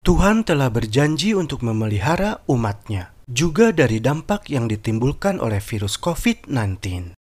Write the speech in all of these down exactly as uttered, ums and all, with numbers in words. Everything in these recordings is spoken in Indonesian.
Tuhan telah berjanji untuk memelihara umat-Nya, juga dari dampak yang ditimbulkan oleh virus covid sembilan belas.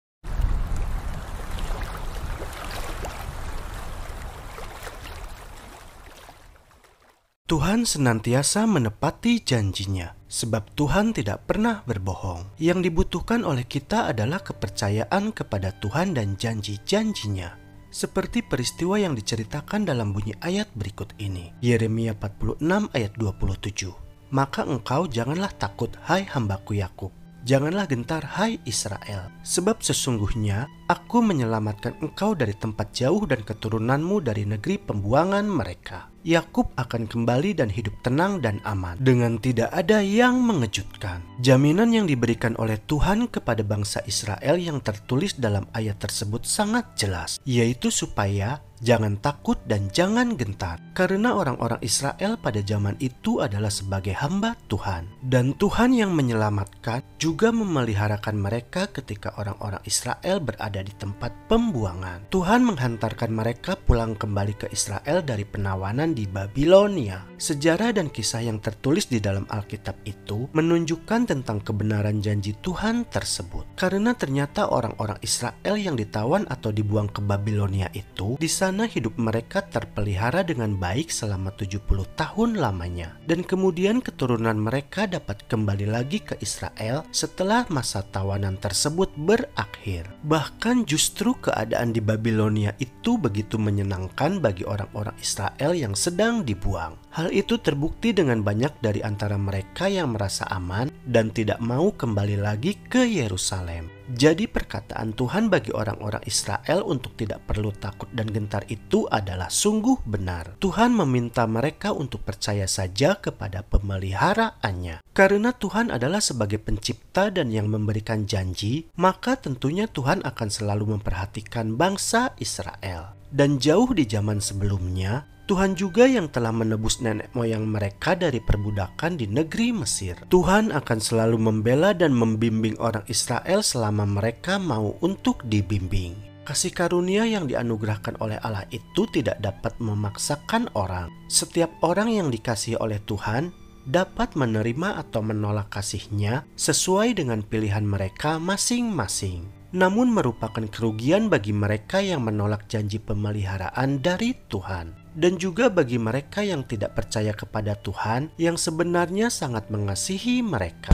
Tuhan senantiasa menepati janjinya, sebab Tuhan tidak pernah berbohong. Yang dibutuhkan oleh kita adalah kepercayaan kepada Tuhan dan janji-janjinya. Seperti peristiwa yang diceritakan dalam bunyi ayat berikut ini. Yeremia empat puluh enam ayat dua puluh tujuh. Maka engkau janganlah takut, hai hambaku Yakub. Janganlah gentar, hai Israel. Sebab sesungguhnya aku menyelamatkan engkau dari tempat jauh dan keturunanmu dari negeri pembuangan mereka. Yakub akan kembali dan hidup tenang dan aman, dengan tidak ada yang mengejutkan. Jaminan yang diberikan oleh Tuhan kepada bangsa Israel yang tertulis dalam ayat tersebut sangat jelas, yaitu supaya jangan takut dan jangan gentar, karena orang-orang Israel pada zaman itu adalah sebagai hamba Tuhan. Dan Tuhan yang menyelamatkan juga memeliharakan mereka ketika orang-orang Israel berada di tempat pembuangan. Tuhan menghantarkan mereka pulang kembali ke Israel dari penawanan di Babilonia. Sejarah dan kisah yang tertulis di dalam Alkitab itu menunjukkan tentang kebenaran janji Tuhan tersebut. Karena ternyata orang-orang Israel yang ditawan atau dibuang ke Babilonia itu, di sana hidup mereka terpelihara dengan baik selama tujuh puluh tahun lamanya. Dan kemudian keturunan mereka dapat kembali lagi ke Israel setelah masa tawanan tersebut berakhir. Bahkan justru keadaan di Babilonia itu begitu menyenangkan bagi orang-orang Israel yang sedang dibuang. Hal itu terbukti dengan banyak dari antara mereka yang merasa aman dan tidak mau kembali lagi ke Yerusalem. Jadi perkataan Tuhan bagi orang-orang Israel untuk tidak perlu takut dan gentar itu adalah sungguh benar. Tuhan meminta mereka untuk percaya saja kepada pemeliharaannya. Karena Tuhan adalah sebagai pencipta dan yang memberikan janji, maka tentunya Tuhan akan selalu memperhatikan bangsa Israel. Dan jauh di zaman sebelumnya, Tuhan juga yang telah menebus nenek moyang mereka dari perbudakan di negeri Mesir. Tuhan akan selalu membela dan membimbing orang Israel selama mereka mau untuk dibimbing. Kasih karunia yang dianugerahkan oleh Allah itu tidak dapat memaksakan orang. Setiap orang yang dikasihi oleh Tuhan dapat menerima atau menolak kasih-Nya sesuai dengan pilihan mereka masing-masing. Namun merupakan kerugian bagi mereka yang menolak janji pemeliharaan dari Tuhan. Dan juga bagi mereka yang tidak percaya kepada Tuhan yang sebenarnya sangat mengasihi mereka.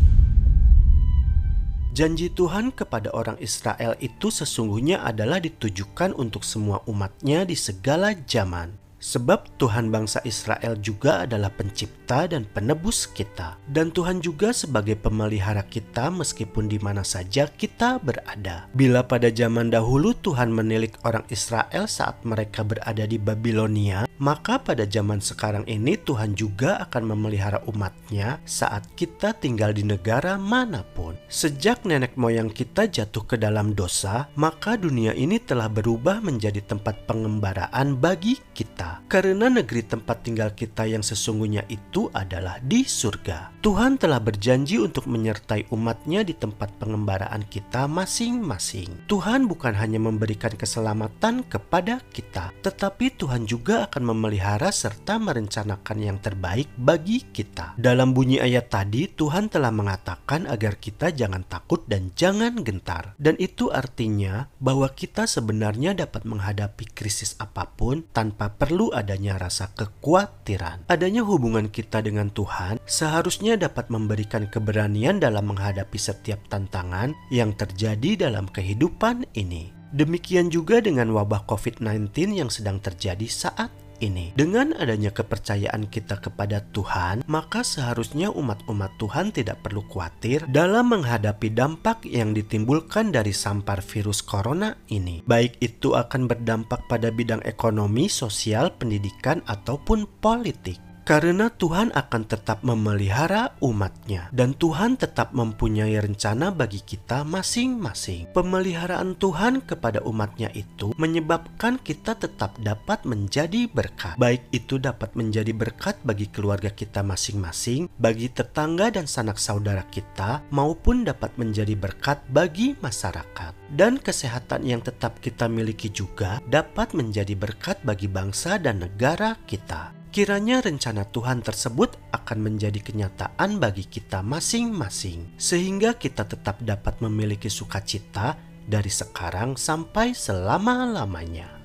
Janji Tuhan kepada orang Israel itu sesungguhnya adalah ditujukan untuk semua umat-Nya di segala zaman. Sebab Tuhan bangsa Israel juga adalah pencipta dan penebus kita. Dan Tuhan juga sebagai pemelihara kita meskipun di mana saja kita berada. Bila pada zaman dahulu Tuhan menilik orang Israel saat mereka berada di Babilonia, maka pada zaman sekarang ini Tuhan juga akan memelihara umat-Nya saat kita tinggal di negara manapun. Sejak nenek moyang kita jatuh ke dalam dosa, maka dunia ini telah berubah menjadi tempat pengembaraan bagi kita. Karena negeri tempat tinggal kita yang sesungguhnya itu adalah di surga. Tuhan telah berjanji untuk menyertai umat-Nya di tempat pengembaraan kita masing-masing. Tuhan bukan hanya memberikan keselamatan kepada kita, tetapi Tuhan juga akan memelihara serta merencanakan yang terbaik bagi kita. Dalam bunyi ayat tadi, Tuhan telah mengatakan agar kita jangan takut dan jangan gentar. Dan itu artinya bahwa kita sebenarnya dapat menghadapi krisis apapun tanpa perlu adanya rasa kekhawatiran. Adanya hubungan kita dengan Tuhan seharusnya dapat memberikan keberanian dalam menghadapi setiap tantangan yang terjadi dalam kehidupan ini. Demikian juga dengan wabah covid sembilan belas yang sedang terjadi saat ini. Dengan adanya kepercayaan kita kepada Tuhan, maka seharusnya umat-umat Tuhan tidak perlu khawatir dalam menghadapi dampak yang ditimbulkan dari sampar virus corona ini. Baik itu akan berdampak pada bidang ekonomi, sosial, pendidikan, ataupun politik. Karena Tuhan akan tetap memelihara umat-Nya dan Tuhan tetap mempunyai rencana bagi kita masing-masing. Pemeliharaan Tuhan kepada umat-Nya itu menyebabkan kita tetap dapat menjadi berkat. Baik itu dapat menjadi berkat bagi keluarga kita masing-masing, bagi tetangga dan sanak saudara kita, maupun dapat menjadi berkat bagi masyarakat. Dan kesehatan yang tetap kita miliki juga dapat menjadi berkat bagi bangsa dan negara kita. Kiranya rencana Tuhan tersebut akan menjadi kenyataan bagi kita masing-masing, sehingga kita tetap dapat memiliki sukacita dari sekarang sampai selama-lamanya.